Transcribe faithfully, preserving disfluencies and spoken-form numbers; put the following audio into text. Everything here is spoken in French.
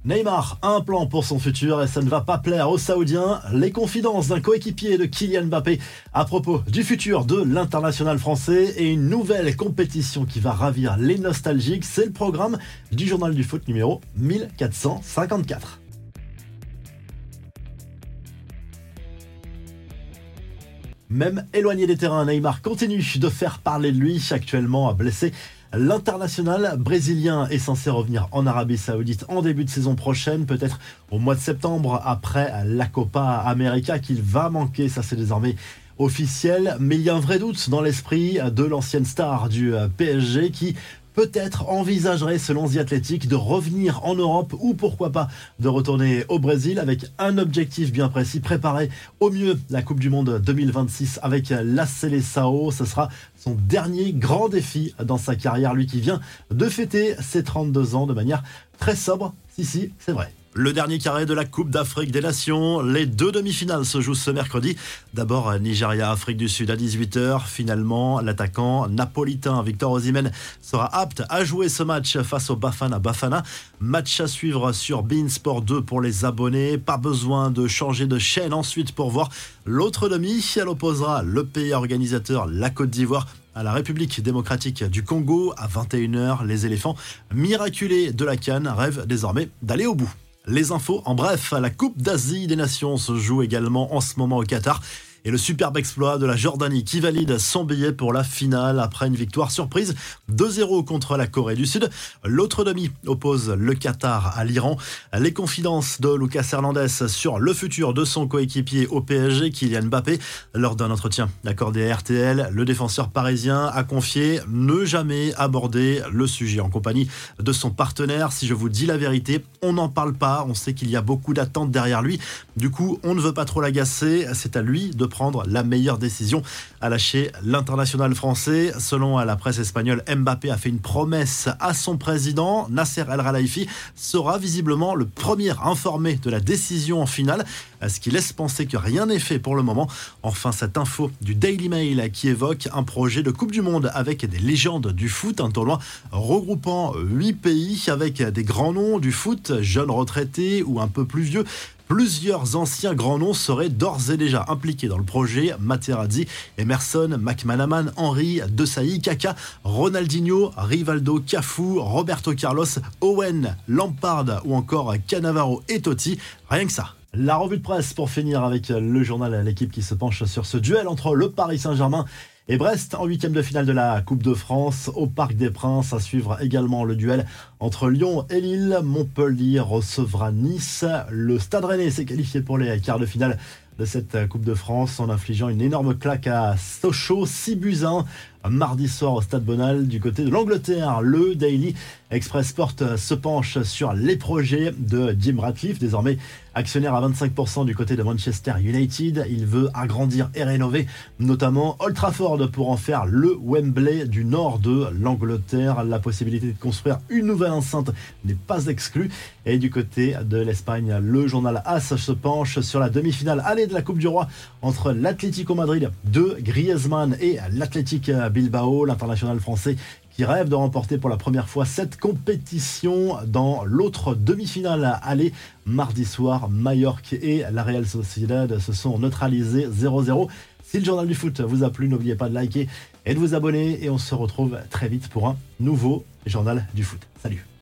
Neymar a un plan pour son futur et ça ne va pas plaire aux Saoudiens. Les confidences d'un coéquipier de Kylian Mbappé à propos du futur de l'international français et une nouvelle compétition qui va ravir les nostalgiques. C'est le programme du Journal du Foot numéro mille quatre cent cinquante-quatre. Même éloigné des terrains, Neymar continue de faire parler de lui, actuellement blessé. L'international brésilien est censé revenir en Arabie Saoudite en début de saison prochaine, peut-être au mois de septembre après la Copa América qu'il va manquer, ça c'est désormais officiel. Mais il y a un vrai doute dans l'esprit de l'ancienne star du P S G qui peut-être envisagerait, selon The Athletic, de revenir en Europe ou pourquoi pas de retourner au Brésil avec un objectif bien précis, préparer au mieux la Coupe du Monde deux mille vingt-six avec la Seleção. Ce sera son dernier grand défi dans sa carrière, lui qui vient de fêter ses trente-deux ans de manière très sobre. Si, si, c'est vrai. Le dernier carré de la Coupe d'Afrique des Nations. Les deux demi-finales se jouent ce mercredi. D'abord, Nigeria-Afrique du Sud à dix-huit heures. Finalement, l'attaquant napolitain Victor Osimhen sera apte à jouer ce match face au Bafana Bafana. Match à suivre sur beIN Sport deux pour les abonnés. Pas besoin de changer de chaîne ensuite pour voir l'autre demi. Elle opposera le pays organisateur, la Côte d'Ivoire, à la République démocratique du Congo à vingt et une heures. Les éléphants miraculés de la CAN rêvent désormais d'aller au bout. Les infos en bref, la Coupe d'Asie des Nations se joue également en ce moment au Qatar. Et le superbe exploit de la Jordanie qui valide son billet pour la finale après une victoire surprise deux zéro contre la Corée du Sud. L'autre demi oppose le Qatar à l'Iran. Les confidences de Lucas Hernandez sur le futur de son coéquipier au P S G, Kylian Mbappé. Lors d'un entretien accordé à R T L, le défenseur parisien a confié ne jamais aborder le sujet en compagnie de son partenaire. Si je vous dis la vérité, on n'en parle pas. On sait qu'il y a beaucoup d'attentes derrière lui. Du coup, on ne veut pas trop l'agacer. C'est à lui de prendre la meilleure décision, a lâché l'international français. Selon la presse espagnole, Mbappé a fait une promesse à son président. Nasser El Khelaifi sera visiblement le premier informé de la décision en finale, ce qui laisse penser que rien n'est fait pour le moment. Enfin, cette info du Daily Mail qui évoque un projet de Coupe du Monde avec des légendes du foot, un tournoi regroupant huit pays avec des grands noms du foot, jeunes retraités ou un peu plus vieux. Plusieurs anciens grands noms seraient d'ores et déjà impliqués dans le projet. Materazzi, Emerson, McManaman, Henry, Desailly, Kaka, Ronaldinho, Rivaldo, Cafu, Roberto Carlos, Owen, Lampard ou encore Cannavaro et Totti. Rien que ça. La revue de presse pour finir avec le journal L'équipe qui se penche sur ce duel entre le Paris Saint-Germain et Brest en huitième de finale de la Coupe de France au Parc des Princes. À suivre également le duel entre Lyon et Lille. Montpellier recevra Nice. Le Stade Rennais s'est qualifié pour les quarts de finale de cette Coupe de France en infligeant une énorme claque à Sochaux, six buts à un mardi soir au Stade Bonal. Du côté de l'Angleterre, le Daily Express Sport se penche sur les projets de Jim Ratcliffe, désormais actionnaire à vingt-cinq pour cent du côté de Manchester United. Il veut agrandir et rénover notamment Old Trafford pour en faire le Wembley du nord de l'Angleterre. La possibilité de construire une nouvelle enceinte n'est pas exclue. Et du côté de l'Espagne, le journal AS se penche sur la demi-finale aller de la Coupe du Roi entre l'Atlético Madrid de Griezmann et l'Athletic Bilbao, l'international français qui rêve de remporter pour la première fois cette compétition. Dans l'autre demi-finale aller, mardi soir, Mallorca et la Real Sociedad se sont neutralisés zéro zéro. Si le journal du foot vous a plu, n'oubliez pas de liker et de vous abonner. Et on se retrouve très vite pour un nouveau journal du foot. Salut!